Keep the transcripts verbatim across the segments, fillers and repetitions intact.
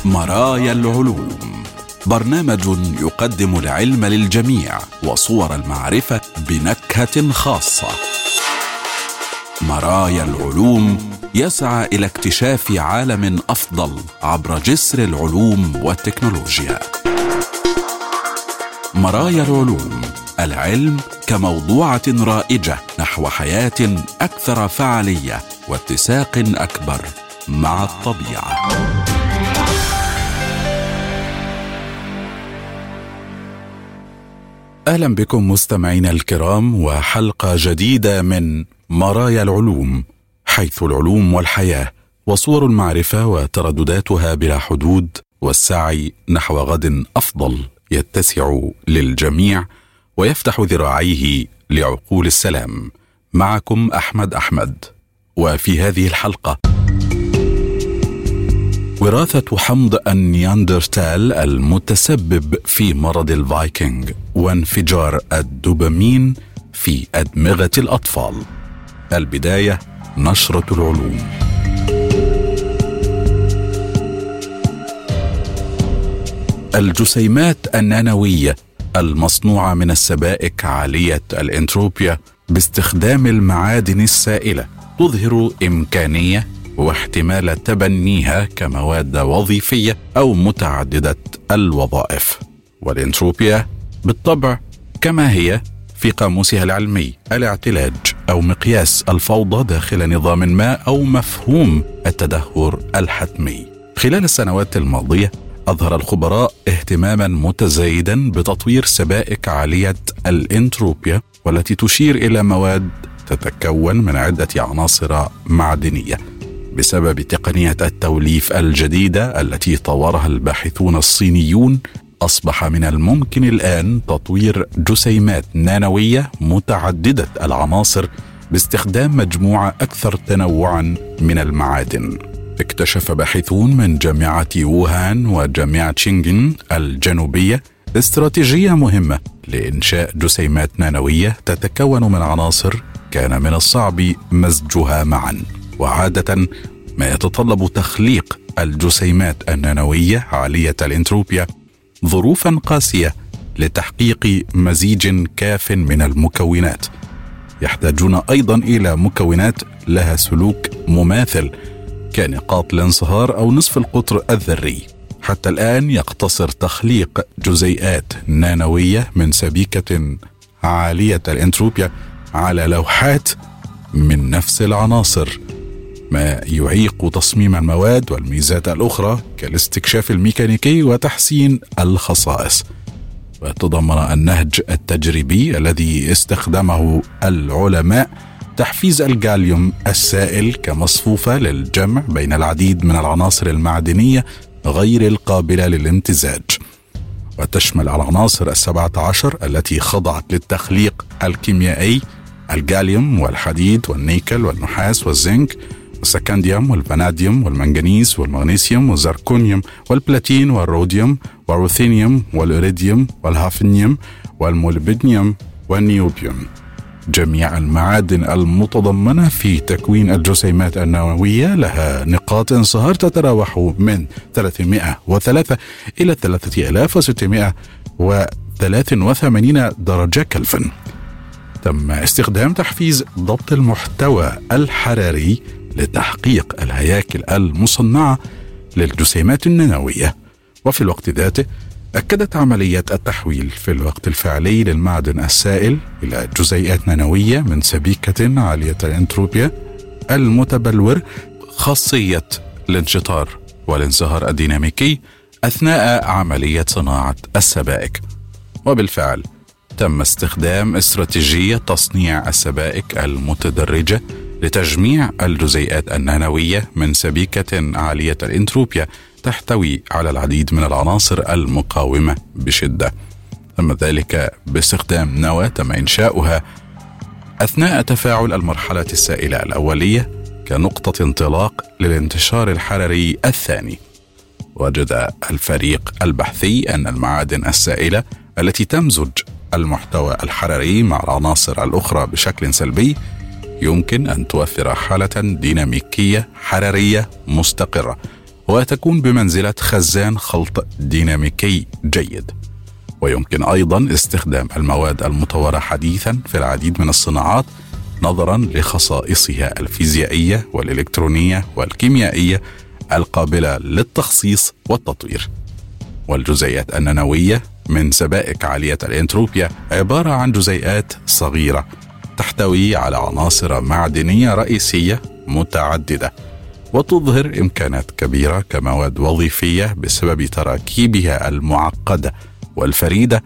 مرايا العلوم، برنامج يقدم العلم للجميع وصور المعرفة بنكهة خاصة. مرايا العلوم يسعى إلى اكتشاف عالم أفضل عبر جسر العلوم والتكنولوجيا. مرايا العلوم، العلم كموضوعة رائجة نحو حياة أكثر فعالية واتساق أكبر مع الطبيعة. أهلا بكم مستمعينا الكرام، وحلقة جديدة من مرايا العلوم، حيث العلوم والحياة وصور المعرفة وتردداتها بلا حدود، والسعي نحو غد أفضل يتسع للجميع ويفتح ذراعيه لعقول السلام. معكم أحمد أحمد، وفي هذه الحلقة وراثة حمض النياندرتال المتسبب في مرض الفايكنج وانفجار الدوبامين في أدمغة الأطفال. البداية نشرة العلوم. الجسيمات النانوية المصنوعة من السبائك عالية الانتروبيا باستخدام المعادن السائلة تظهر إمكانية واحتمال تبنيها كمواد وظيفية أو متعددة الوظائف. والانتروبيا بالطبع كما هي في قاموسها العلمي الاعتلاج أو مقياس الفوضى داخل نظام ما أو مفهوم التدهور الحتمي. خلال السنوات الماضية أظهر الخبراء اهتماما متزايدا بتطوير سبائك عالية الانتروبيا، والتي تشير إلى مواد تتكون من عدة عناصر معدنية. بسبب تقنية التوليف الجديدة التي طورها الباحثون الصينيون، أصبح من الممكن الآن تطوير جسيمات نانوية متعددة العناصر باستخدام مجموعة أكثر تنوعا من المعادن. اكتشف باحثون من جامعة ووهان وجامعة شينجن الجنوبية استراتيجية مهمة لإنشاء جسيمات نانوية تتكون من عناصر كان من الصعب مزجها معا. وعادة ما يتطلب تخليق الجسيمات النانوية عالية الانتروبيا ظروفا قاسية لتحقيق مزيج كاف من المكونات. يحتاجون أيضا إلى مكونات لها سلوك مماثل كنقاط الانصهار أو نصف القطر الذري. حتى الآن يقتصر تخليق جزيئات نانوية من سبيكة عالية الانتروبيا على لوحات من نفس العناصر، ما يعيق تصميم المواد والميزات الأخرى كالاستكشاف الميكانيكي وتحسين الخصائص. وتضمن النهج التجريبي الذي استخدمه العلماء تحفيز الجاليوم السائل كمصفوفة للجمع بين العديد من العناصر المعدنية غير القابلة للامتزاج. وتشمل العناصر السبعة عشر التي خضعت للتخليق الكيميائي: الجاليوم والحديد والنيكل والنحاس والزنك والسكنديوم والفاناديوم والمنغنيز والمغنيسيوم والزركونيوم والبلاتين والروديوم والروثينيوم والإيريديوم والهافنيوم والموليبدينيوم والنيوبيوم. جميع المعادن المتضمنة في تكوين الجسيمات النووية لها نقاط انصهار تتراوح من ثلاثمائة وثلاثة إلى ثلاثة آلاف وستمائة وثلاثة وثمانين درجة كلفن. تم استخدام تحفيز ضبط المحتوى الحراري لتحقيق الهياكل المصنعة للجسيمات النانوية. وفي الوقت ذاته أكدت عملية التحويل في الوقت الفعلي للمعدن السائل إلى جزيئات نانوية من سبيكة عالية الانتروبيا المتبلور خاصية الانشطار والانصهار الديناميكي أثناء عملية صناعة السبائك. وبالفعل تم استخدام استراتيجية تصنيع السبائك المتدرجة لتجميع الجزيئات النانوية من سبيكة عالية الانتروبيا تحتوي على العديد من العناصر المقاومة بشدة. تم ذلك باستخدام نواة تم إنشاؤها أثناء تفاعل المرحلة السائلة الأولية كنقطة انطلاق للانتشار الحراري الثاني. وجد الفريق البحثي أن المعادن السائلة التي تمزج المحتوى الحراري مع العناصر الأخرى بشكل سلبي يمكن أن توفر حالة ديناميكية حرارية مستقرة، وتكون بمنزلة خزان خلط ديناميكي جيد. ويمكن أيضا استخدام المواد المطورة حديثا في العديد من الصناعات نظرا لخصائصها الفيزيائية والإلكترونية والكيميائية القابلة للتخصيص والتطوير. والجزيئات النانوية من سبائك عالية الإنتروبيا عبارة عن جزيئات صغيرة تحتوي على عناصر معدنية رئيسية متعددة، وتظهر إمكانات كبيرة كمواد وظيفية بسبب تراكيبها المعقدة والفريدة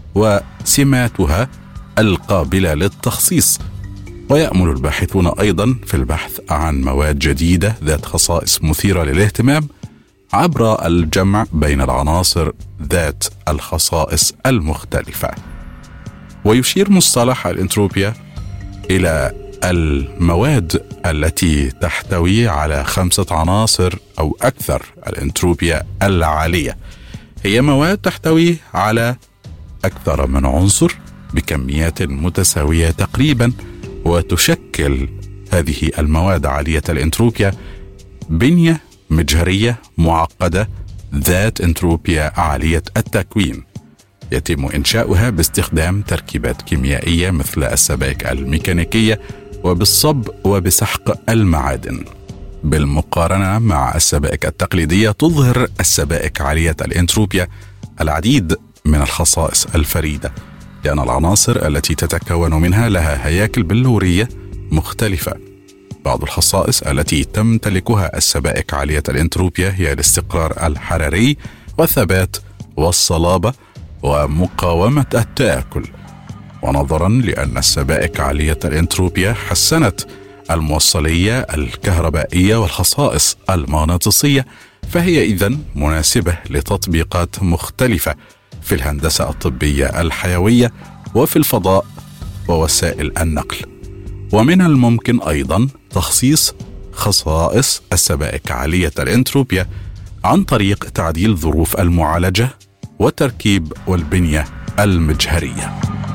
وسماتها القابلة للتخصيص. ويأمل الباحثون أيضا في البحث عن مواد جديدة ذات خصائص مثيرة للاهتمام عبر الجمع بين العناصر ذات الخصائص المختلفة. ويشير مصطلح الإنتروبيا إلى المواد التي تحتوي على خمسة عناصر أو أكثر. الإنتروبيا العالية هي مواد تحتوي على أكثر من عنصر بكميات متساوية تقريبا، وتشكل هذه المواد عالية الإنتروبيا بنية مجهرية معقدة ذات إنتروبيا عالية التكوين، يتم إنشاؤها باستخدام تركيبات كيميائية مثل السبائك الميكانيكية وبالصب وبسحق المعادن. بالمقارنة مع السبائك التقليدية تظهر السبائك عالية الإنتروبيا العديد من الخصائص الفريدة، لأن العناصر التي تتكون منها لها هياكل بلورية مختلفة. بعض الخصائص التي تمتلكها السبائك عالية الإنتروبيا هي الاستقرار الحراري والثبات والصلابة ومقاومة التآكل. ونظرا لأن السبائك عالية الإنتروبيا حسنت الموصلية الكهربائية والخصائص المغناطيسية، فهي إذن مناسبة لتطبيقات مختلفة في الهندسة الطبية الحيوية وفي الفضاء ووسائل النقل. ومن الممكن أيضا تخصيص خصائص السبائك عالية الإنتروبيا عن طريق تعديل ظروف المعالجة والتركيب والبنية المجهرية.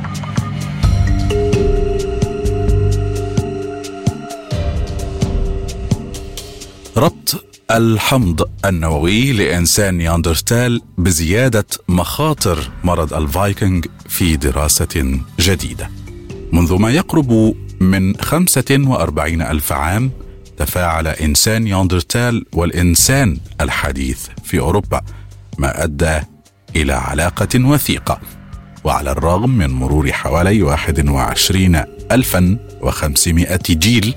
ربط الحمض النووي لإنسان نياندرتال بزيادة مخاطر مرض الفايكنج في دراسة جديدة. منذ ما يقرب من خمسة وأربعين ألف عام تفاعل إنسان نياندرتال والإنسان الحديث في أوروبا، ما أدى إلى علاقة وثيقة. وعلى الرغم من مرور حوالي واحد وعشرين ألفا وخمسمائة جيل،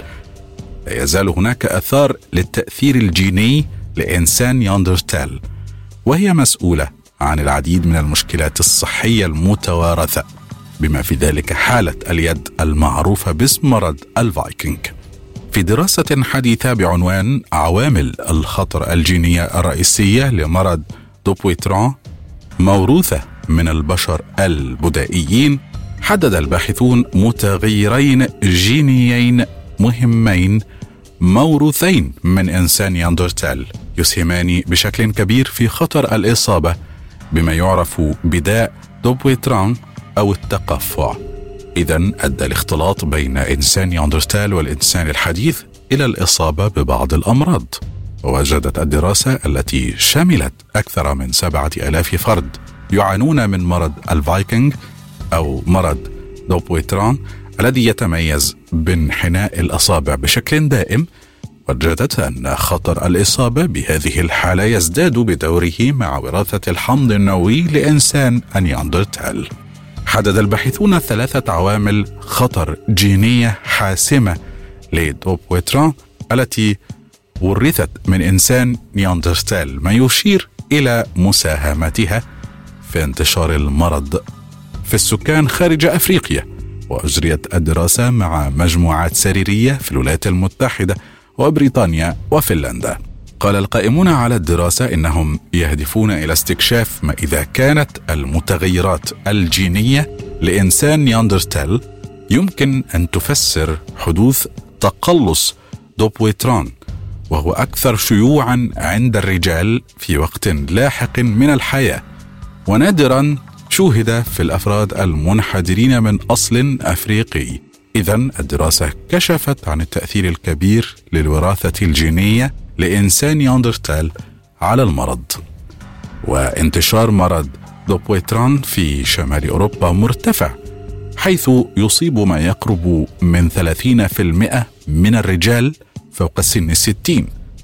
لا يزال هناك آثار للتأثير الجيني لإنسان نياندرتال، وهي مسؤولة عن العديد من المشكلات الصحية المتوارثة، بما في ذلك حالة اليد المعروفة باسم مرض الفايكنج. في دراسة حديثة بعنوان عوامل الخطر الجينية الرئيسية لمرض دوبويتران موروثة من البشر البدائيين، حدد الباحثون متغيرين جينيين مهمين موروثين من إنسان نياندرتال يسهمان بشكل كبير في خطر الإصابة بما يعرف بداء دوبويتران أو التقفع. إذن أدى الاختلاط بين إنسان نياندرتال والإنسان الحديث إلى الإصابة ببعض الأمراض. ووجدت الدراسة التي شملت أكثر من سبعة آلاف فرد يعانون من مرض الفايكنج أو مرض دوبويتران الذي يتميز بانحناء الأصابع بشكل دائم، وجدت أن خطر الإصابة بهذه الحالة يزداد بدوره مع وراثة الحمض النووي لإنسان نياندرتال. حدد الباحثون ثلاثة عوامل خطر جينية حاسمة لدوبويتران التي ورثت من إنسان نياندرتال، ما يشير إلى مساهمتها في انتشار المرض في السكان خارج أفريقيا. وأجريت الدراسة مع مجموعات سريرية في الولايات المتحدة وبريطانيا وفنلندا. قال القائمون على الدراسة إنهم يهدفون إلى استكشاف ما إذا كانت المتغيرات الجينية لإنسان نياندرتال يمكن أن تفسر حدوث تقلص دوبويتران، وهو أكثر شيوعا عند الرجال في وقت لاحق من الحياة، ونادرا شوهد في الأفراد المنحدرين من أصل أفريقي. إذن الدراسة كشفت عن التأثير الكبير للوراثة الجينية لإنسان نياندرتال على المرض. وانتشار مرض دوبويتران في شمال أوروبا مرتفع، حيث يصيب ما يقرب من ثلاثين بالمئة من الرجال فوق سن الستين،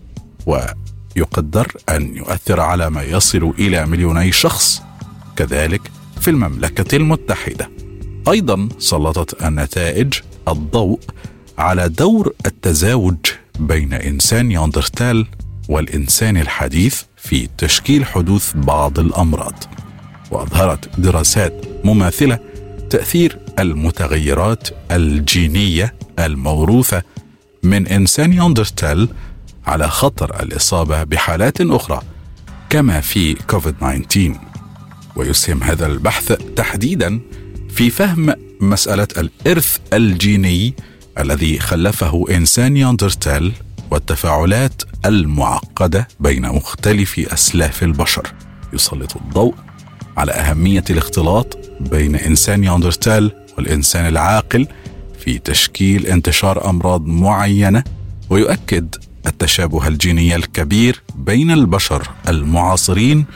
ويقدر أن يؤثر على ما يصل إلى مليوني شخص كذلك في المملكة المتحدة. أيضا سلطت النتائج الضوء على دور التزاوج بين إنسان نياندرتال والإنسان الحديث في تشكيل حدوث بعض الأمراض. وأظهرت دراسات مماثلة تأثير المتغيرات الجينية الموروثة من إنسان نياندرتال على خطر الإصابة بحالات أخرى كما في كوفيد تسعة عشر. ويسهم هذا البحث تحديدا في فهم مسألة الإرث الجيني الذي خلفه إنسان نياندرتال والتفاعلات المعقدة بين مختلف أسلاف البشر. يسلط الضوء على أهمية الاختلاط بين إنسان نياندرتال والإنسان العاقل في تشكيل انتشار أمراض معينة، ويؤكد التشابه الجيني الكبير بين البشر المعاصرين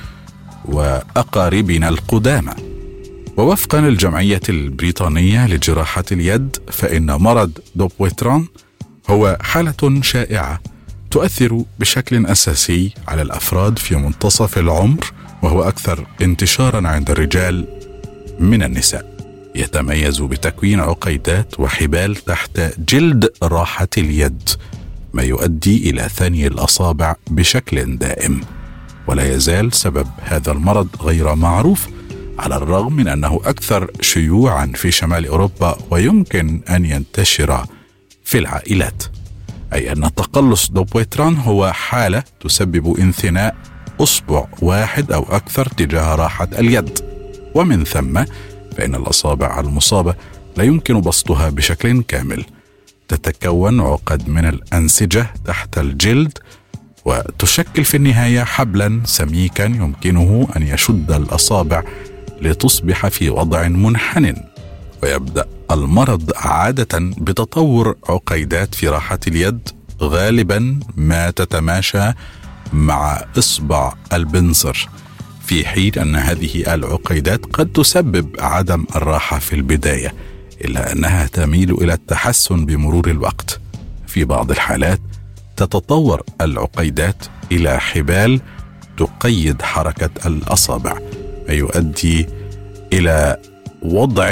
وأقاربنا القدامى. ووفقا للجمعية البريطانية لجراحة اليد، فإن مرض دوبويتران هو حالة شائعة تؤثر بشكل أساسي على الأفراد في منتصف العمر، وهو أكثر انتشارا عند الرجال من النساء. يتميز بتكوين عقيدات وحبال تحت جلد راحة اليد، ما يؤدي إلى ثني الأصابع بشكل دائم. ولا يزال سبب هذا المرض غير معروف، على الرغم من أنه أكثر شيوعا في شمال أوروبا ويمكن أن ينتشر في العائلات. أي أن تقلص دوبويتران هو حالة تسبب انثناء أصبع واحد أو أكثر تجاه راحة اليد، ومن ثم فإن الأصابع المصابة لا يمكن بسطها بشكل كامل. تتكون عقد من الأنسجة تحت الجلد، وتشكل في النهاية حبلا سميكا يمكنه أن يشد الأصابع لتصبح في وضع منحن. ويبدأ المرض عادة بتطور عقيدات في راحة اليد، غالبا ما تتماشى مع إصبع البنصر، في حين أن هذه العقيدات قد تسبب عدم الراحة في البداية، إلا أنها تميل إلى التحسن بمرور الوقت. في بعض الحالات تتطور العقيدات إلى حبال تقيد حركة الأصابع، ما يؤدي إلى وضع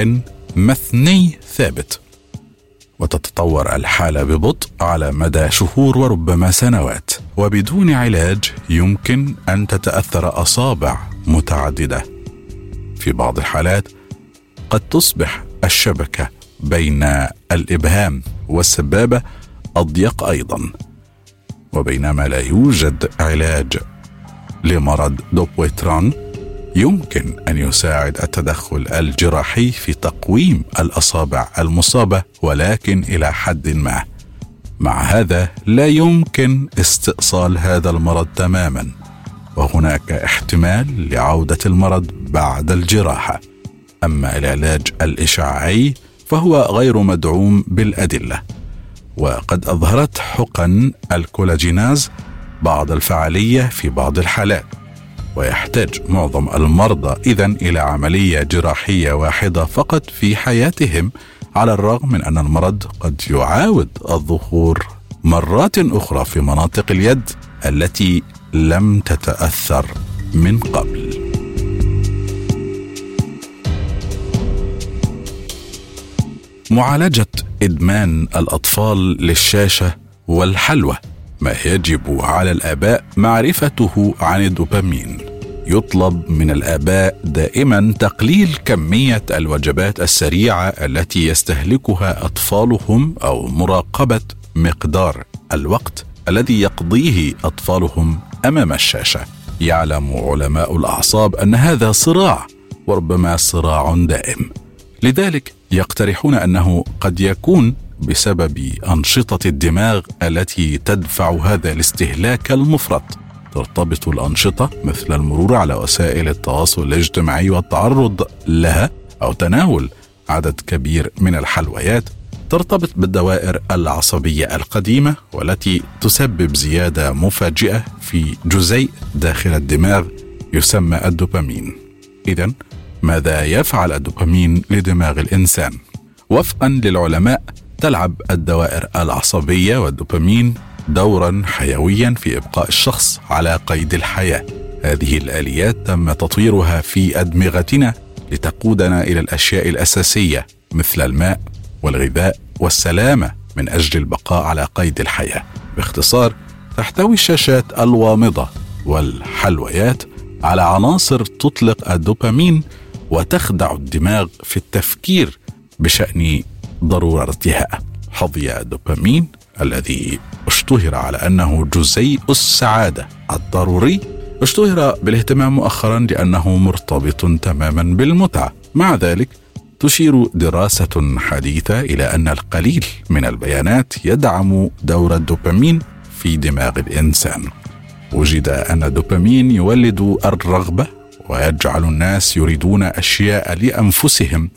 مثني ثابت. وتتطور الحالة ببطء على مدى شهور وربما سنوات، وبدون علاج يمكن أن تتأثر أصابع متعددة. في بعض الحالات قد تصبح الشبكة بين الإبهام والسبابة أضيق أيضا. وبينما لا يوجد علاج لمرض دوبويتران، يمكن أن يساعد التدخل الجراحي في تقويم الأصابع المصابة، ولكن إلى حد ما. مع هذا لا يمكن استئصال هذا المرض تماما، وهناك احتمال لعودة المرض بعد الجراحة. أما العلاج الإشعاعي فهو غير مدعوم بالأدلة، وقد أظهرت حقن الكولاجيناز بعض الفعالية في بعض الحالات. ويحتاج معظم المرضى إذن إلى عملية جراحية واحدة فقط في حياتهم، على الرغم من أن المرض قد يعاود الظهور مرات أخرى في مناطق اليد التي لم تتأثر من قبل. معالجة إدمان الأطفال للشاشة والحلوى. ما يجب على الآباء معرفته عن الدوبامين. يطلب من الآباء دائما تقليل كمية الوجبات السريعة التي يستهلكها أطفالهم، أو مراقبة مقدار الوقت الذي يقضيه أطفالهم أمام الشاشة. يعلم علماء الأعصاب أن هذا صراع، وربما صراع دائم. لذلك يقترحون أنه قد يكون بسبب أنشطة الدماغ التي تدفع هذا الاستهلاك المفرط. ترتبط الأنشطة مثل المرور على وسائل التواصل الاجتماعي والتعرض لها، أو تناول عدد كبير من الحلويات، ترتبط بالدوائر العصبية القديمة والتي تسبب زيادة مفاجئة في جزيء داخل الدماغ يسمى الدوبامين. إذن ماذا يفعل الدوبامين لدماغ الإنسان؟ وفقا للعلماء تلعب الدوائر العصبية والدوبامين دورا حيويا في إبقاء الشخص على قيد الحياة. هذه الآليات تم تطويرها في أدمغتنا لتقودنا إلى الأشياء الأساسية مثل الماء والغذاء والسلامة من أجل البقاء على قيد الحياة. باختصار، تحتوي الشاشات الوامضة والحلويات على عناصر تطلق الدوبامين وتخدع الدماغ في التفكير بشأن ضرورتها. حظي الدوبامين الذي اشتهر على أنه جزيء السعادة الضروري اشتهر بالاهتمام مؤخرا لأنه مرتبط تماما بالمتعة. مع ذلك تشير دراسة حديثة إلى أن القليل من البيانات يدعم دور الدوبامين في دماغ الإنسان. وجد أن الدوبامين يولد الرغبة ويجعل الناس يريدون أشياء لأنفسهم،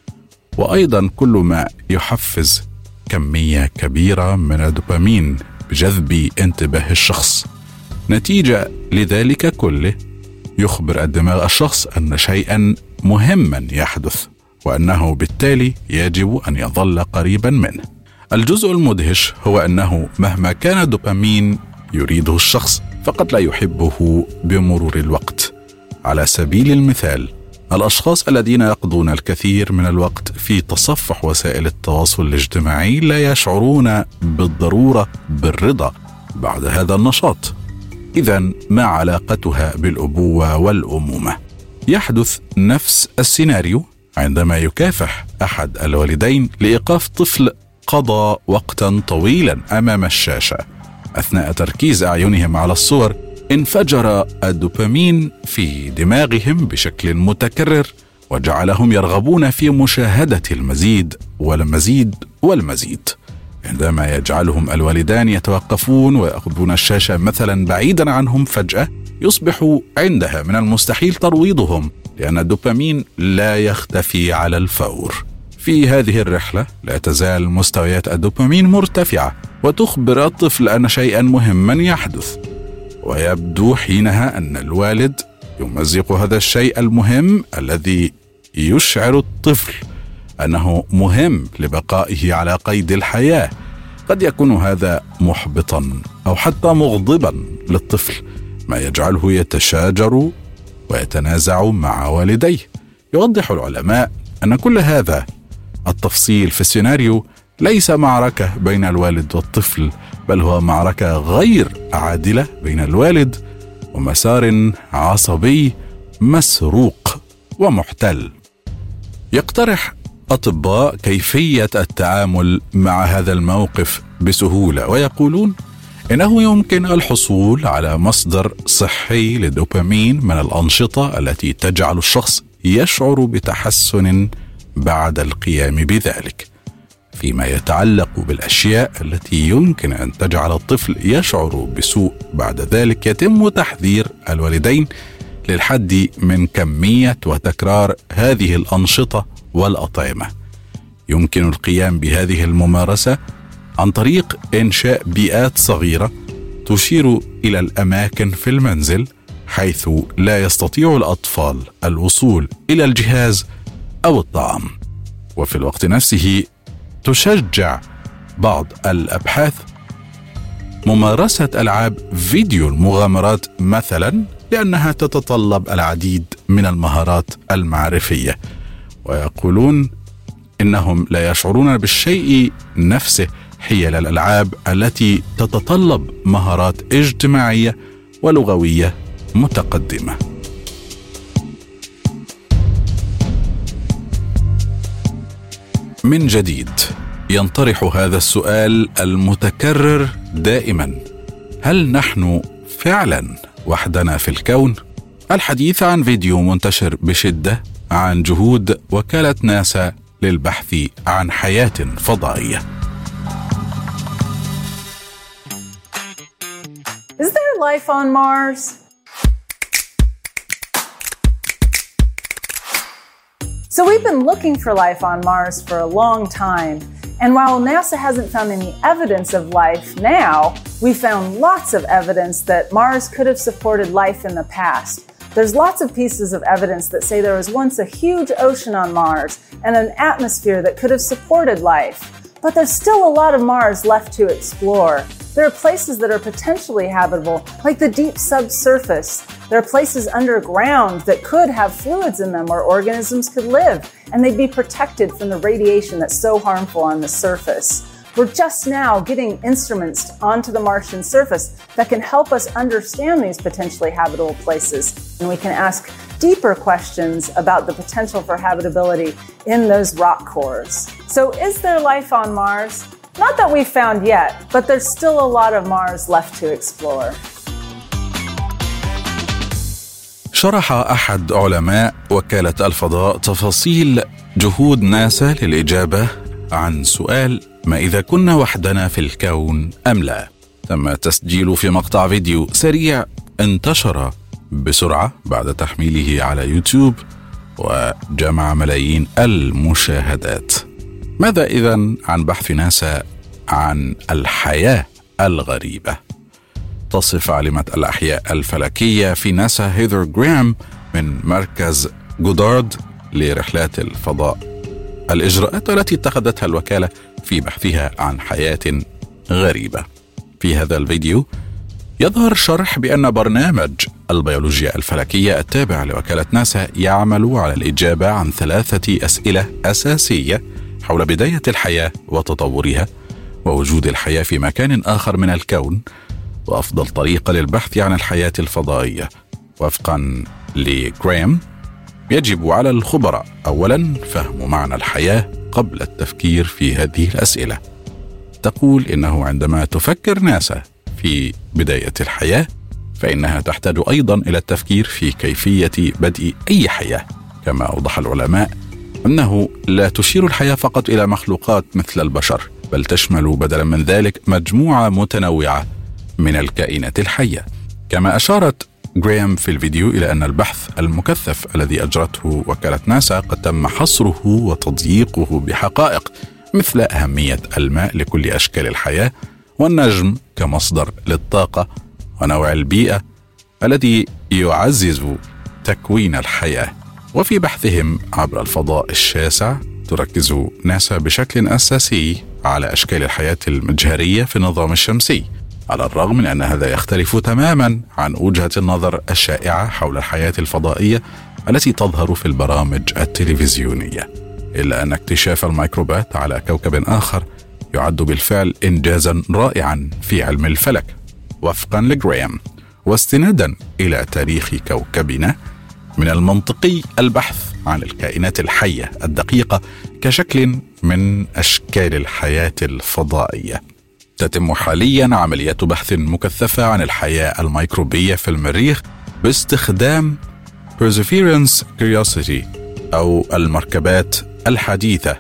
وأيضا كل ما يحفز كمية كبيرة من الدوبامين بجذب انتباه الشخص. نتيجة لذلك كله يخبر الدماغ الشخص أن شيئا مهما يحدث وأنه بالتالي يجب أن يظل قريبا منه. الجزء المدهش هو أنه مهما كان الدوبامين يريده الشخص فقد لا يحبه بمرور الوقت. على سبيل المثال، الأشخاص الذين يقضون الكثير من الوقت في تصفح وسائل التواصل الاجتماعي لا يشعرون بالضرورة بالرضا بعد هذا النشاط. إذن ما علاقتها بالأبوة والأمومة؟ يحدث نفس السيناريو عندما يكافح أحد الوالدين لإيقاف طفل قضى وقتا طويلا أمام الشاشة. أثناء تركيز أعينهم على الصور انفجر الدوبامين في دماغهم بشكل متكرر وجعلهم يرغبون في مشاهدة المزيد والمزيد والمزيد. عندما يجعلهم الوالدان يتوقفون ويأخذون الشاشة مثلا بعيدا عنهم فجأة، يصبح عندها من المستحيل ترويضهم لأن الدوبامين لا يختفي على الفور. في هذه الرحلة لا تزال مستويات الدوبامين مرتفعة وتخبر الطفل أن شيئا مهما يحدث، ويبدو حينها أن الوالد يمزق هذا الشيء المهم الذي يشعر الطفل أنه مهم لبقائه على قيد الحياة. قد يكون هذا محبطا أو حتى مغضبا للطفل، ما يجعله يتشاجر ويتنازع مع والديه. يوضح العلماء أن كل هذا التفصيل في السيناريو ليس معركة بين الوالد والطفل، بل هو معركة غير عادلة بين الوالد ومسار عصبي مسروق ومحتل. يقترح أطباء كيفية التعامل مع هذا الموقف بسهولة، ويقولون إنه يمكن الحصول على مصدر صحي للدوبامين من الأنشطة التي تجعل الشخص يشعر بتحسن بعد القيام بذلك. فيما يتعلق بالأشياء التي يمكن أن تجعل الطفل يشعر بسوء بعد ذلك، يتم تحذير الوالدين للحد من كمية وتكرار هذه الأنشطة والأطعمة. يمكن القيام بهذه الممارسة عن طريق إنشاء بيئات صغيرة تشير إلى الأماكن في المنزل حيث لا يستطيع الأطفال الوصول إلى الجهاز أو الطعام. وفي الوقت نفسه تشجع بعض الأبحاث ممارسة ألعاب فيديو المغامرات مثلا، لأنها تتطلب العديد من المهارات المعرفية. ويقولون إنهم لا يشعرون بالشيء نفسه حيال الألعاب التي تتطلب مهارات اجتماعية ولغوية متقدمة. من جديد ينطرح هذا السؤال المتكرر دائما: هل نحن فعلا وحدنا في الكون؟ الحديث عن فيديو منتشر بشدة عن جهود وكالة ناسا للبحث عن حياة فضائية. Is there life on Mars? So we've been looking for life on Mars for a long time, And while NASA hasn't found any evidence of life now, we found lots of evidence that Mars could have supported life in the past. There's lots of pieces of evidence that say there was once a huge ocean on Mars and an atmosphere that could have supported life. But there's still a lot of Mars left to explore. There are places that are potentially habitable, like the deep subsurface. There are places underground that could have fluids in them where organisms could live, and they'd be protected from the radiation that's so harmful on the surface. We're just now getting instruments onto the Martian surface that can help us understand these potentially habitable places, and we can ask deeper questions about the potential for habitability in those rock cores. So is there life on Mars? Not that we've found yet, but there's still a lot of Mars left to explore. شرح أحد علماء وكالة الفضاء تفاصيل جهود ناسا للإجابة عن سؤال ما إذا كنا وحدنا في الكون أم لا. تم تسجيله في مقطع فيديو سريع انتشر بسرعة بعد تحميله على يوتيوب وجمع ملايين المشاهدات. ماذا إذن عن بحث ناسا عن الحياة الغريبة؟ تصف عالمة الأحياء الفلكية في ناسا هيثر غرام من مركز جودارد لرحلات الفضاء الإجراءات التي اتخذتها الوكالة في بحثها عن حياة غريبة. في هذا الفيديو يظهر شرح بأن برنامج البيولوجيا الفلكية التابع لوكالة ناسا يعمل على الإجابة عن ثلاثة أسئلة أساسية حول بداية الحياة وتطورها ووجود الحياة في مكان آخر من الكون وأفضل طريقة للبحث عن الحياة الفضائية. وفقا لغرام يجب على الخبراء أولا فهم معنى الحياة قبل التفكير في هذه الأسئلة. تقول إنه عندما تفكر ناسا في بداية الحياة فإنها تحتاج أيضا إلى التفكير في كيفية بدء أي حياة. كما أوضح العلماء أنه لا تشير الحياة فقط إلى مخلوقات مثل البشر، بل تشمل بدلا من ذلك مجموعة متنوعة من الكائنات الحية. كما أشارت غرام في الفيديو إلى أن البحث المكثف الذي أجرته وكالة ناسا قد تم حصره وتضييقه بحقائق مثل أهمية الماء لكل أشكال الحياة والنجم كمصدر للطاقة ونوع البيئة الذي يعزز تكوين الحياة. وفي بحثهم عبر الفضاء الشاسع تركز ناسا بشكل أساسي على أشكال الحياة المجهرية في النظام الشمسي، على الرغم من أن هذا يختلف تماما عن وجهة النظر الشائعة حول الحياة الفضائية التي تظهر في البرامج التلفزيونية. إلا أن اكتشاف الميكروبات على كوكب آخر يعد بالفعل إنجازا رائعا في علم الفلك. وفقا لغرام واستنادا إلى تاريخ كوكبنا من المنطقي البحث عن الكائنات الحية الدقيقة كشكل من أشكال الحياة الفضائية. تتم حاليا عملية بحث مكثفة عن الحياة الميكروبية في المريخ باستخدام Perseverance Curiosity أو المركبات الحديثة،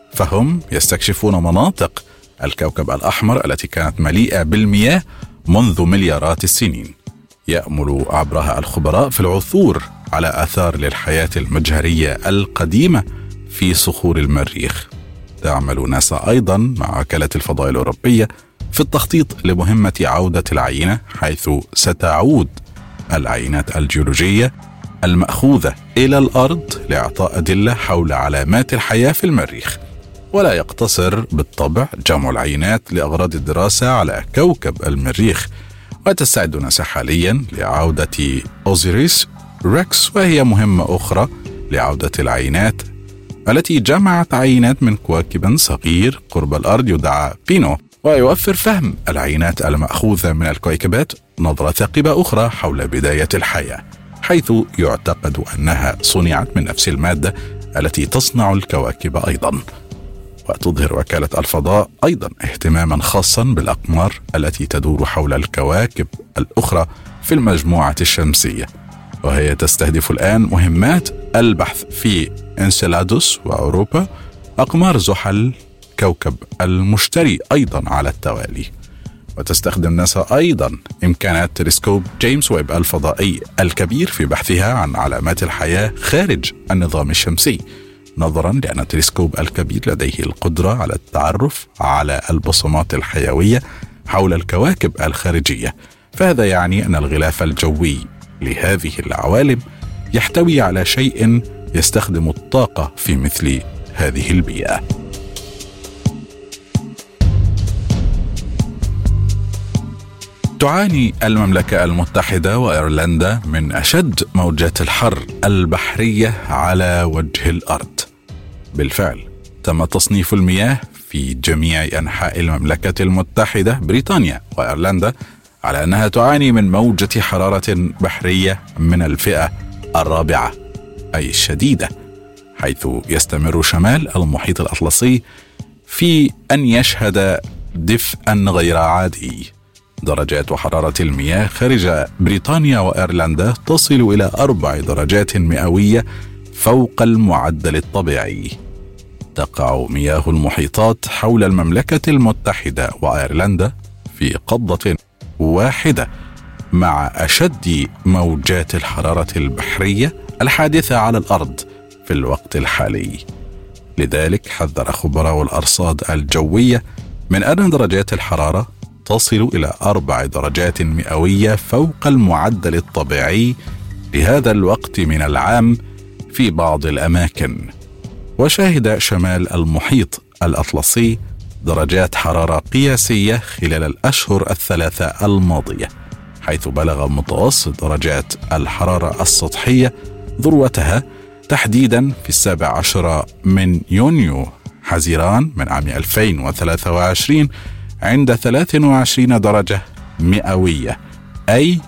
فهم يستكشفون مناطق الكوكب الأحمر التي كانت مليئة بالمياه منذ مليارات السنين. يأمل عبرها الخبراء في العثور على آثار للحياة المجهرية القديمة في صخور المريخ. تعمل ناسا أيضا مع وكالة الفضاء الأوروبية في التخطيط لمهمة عودة العينة، حيث ستعود العينات الجيولوجية المأخوذة إلى الأرض لإعطاء أدلة حول علامات الحياة في المريخ. ولا يقتصر بالطبع جمع العينات لأغراض الدراسة على كوكب المريخ، وتستعد ناسا حاليا لعودة أوزيريس ريكس، وهي مهمة أخرى لعودة العينات التي جمعت عينات من كوكب صغير قرب الأرض يدعى بينو، ويوفر فهم العينات المأخوذة من الكويكبات نظرة ثاقبة أخرى حول بداية الحياة، حيث يعتقد أنها صنعت من نفس المادة التي تصنع الكواكب أيضا. وتظهر وكالة الفضاء أيضا اهتماما خاصا بالأقمار التي تدور حول الكواكب الأخرى في المجموعة الشمسية، وهي تستهدف الآن مهمات البحث في إنسيلادوس وأوروبا، أقمار زحل، كوكب المشتري أيضا على التوالي. وتستخدم ناسا أيضا إمكانات تلسكوب جيمس ويب الفضائي الكبير في بحثها عن علامات الحياة خارج النظام الشمسي، نظرا لأن التلسكوب الكبير لديه القدرة على التعرف على البصمات الحيوية حول الكواكب الخارجية، فهذا يعني أن الغلاف الجوي لهذه العوالم يحتوي على شيء يستخدم الطاقة في مثل هذه البيئة. تعاني المملكة المتحدة وأيرلندا من أشد موجات الحر البحرية على وجه الأرض. بالفعل تم تصنيف المياه في جميع أنحاء المملكة المتحدة بريطانيا وأيرلندا على أنها تعاني من موجة حرارة بحرية من الفئة الرابعة أي الشديدة، حيث يستمر شمال المحيط الأطلسي في أن يشهد دفئا غير عادي. درجات حرارة المياه خارج بريطانيا وأيرلندا تصل إلى أربع درجات مئوية فوق المعدل الطبيعي. تقع مياه المحيطات حول المملكة المتحدة وأيرلندا في قبضة واحدة مع أشد موجات الحرارة البحرية الحادثة على الأرض في الوقت الحالي. لذلك حذر خبراء الأرصاد الجوية من أن درجات الحرارة تصل إلى أربع درجات مئوية فوق المعدل الطبيعي لهذا الوقت من العام في بعض الأماكن. وشهد شمال المحيط الأطلسي درجات حرارة قياسية خلال الأشهر الثلاثة الماضية، حيث بلغ متوسط درجات الحرارة السطحية ذروتها تحديدا في السابع عشر من يونيو حزيران من عام ألفين وثلاثة وعشرين عند ثلاث وعشرين درجة مئوية، أي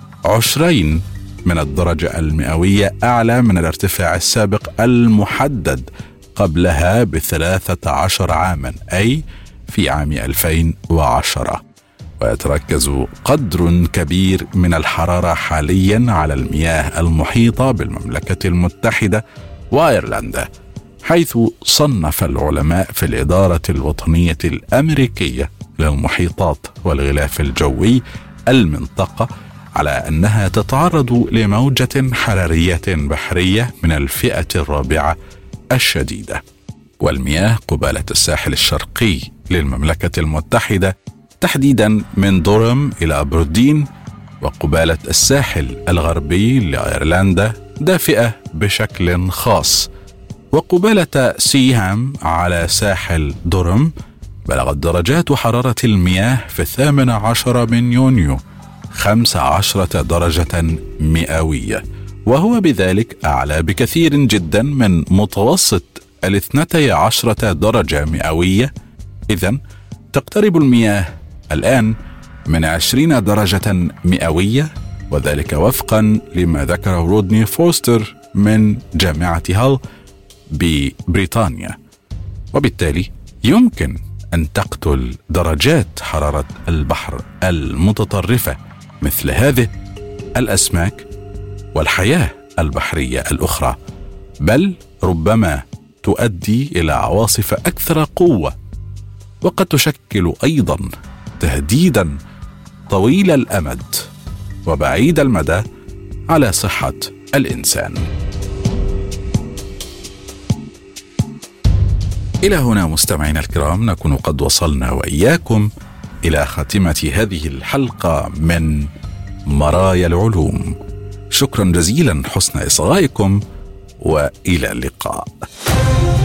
عشرين من الدرجة المئوية أعلى من الارتفاع السابق المحدد قبلها بثلاثة عشر عاما، أي في عام ألفين وعشرة. ويتركز قدر كبير من الحرارة حاليا على المياه المحيطة بالمملكة المتحدة وأيرلندا، حيث صنف العلماء في الإدارة الوطنية الأمريكية للمحيطات والغلاف الجوي المنطقة على أنها تتعرض لموجة حرارية بحرية من الفئة الرابعة الشديدة. والمياه قبالة الساحل الشرقي للمملكة المتحدة تحديدا من دورم إلى أبردين وقبالة الساحل الغربي لأيرلندا دافئة بشكل خاص، وقبالة سيهام على ساحل دورم بلغت درجات حرارة المياه في الثامن عشر من يونيو خمس عشرة درجة مئوية، وهو بذلك أعلى بكثير جدا من متوسط الاثنتي عشرة درجة مئوية. إذن تقترب المياه الآن من عشرين درجة مئوية، وذلك وفقا لما ذكره رودني فوستر من جامعة هال ببريطانيا. وبالتالي يمكن أن تقتل درجات حرارة البحر المتطرفة مثل هذه الأسماك والحياة البحرية الأخرى، بل ربما تؤدي إلى عواصف أكثر قوة، وقد تشكل أيضا تهديدا طويل الأمد وبعيد المدى على صحة الإنسان. إلى هنا مستمعينا الكرام نكون قد وصلنا وإياكم إلى خاتمة هذه الحلقة من مرايا العلوم. شكرا جزيلا حسن إصغائكم وإلى اللقاء.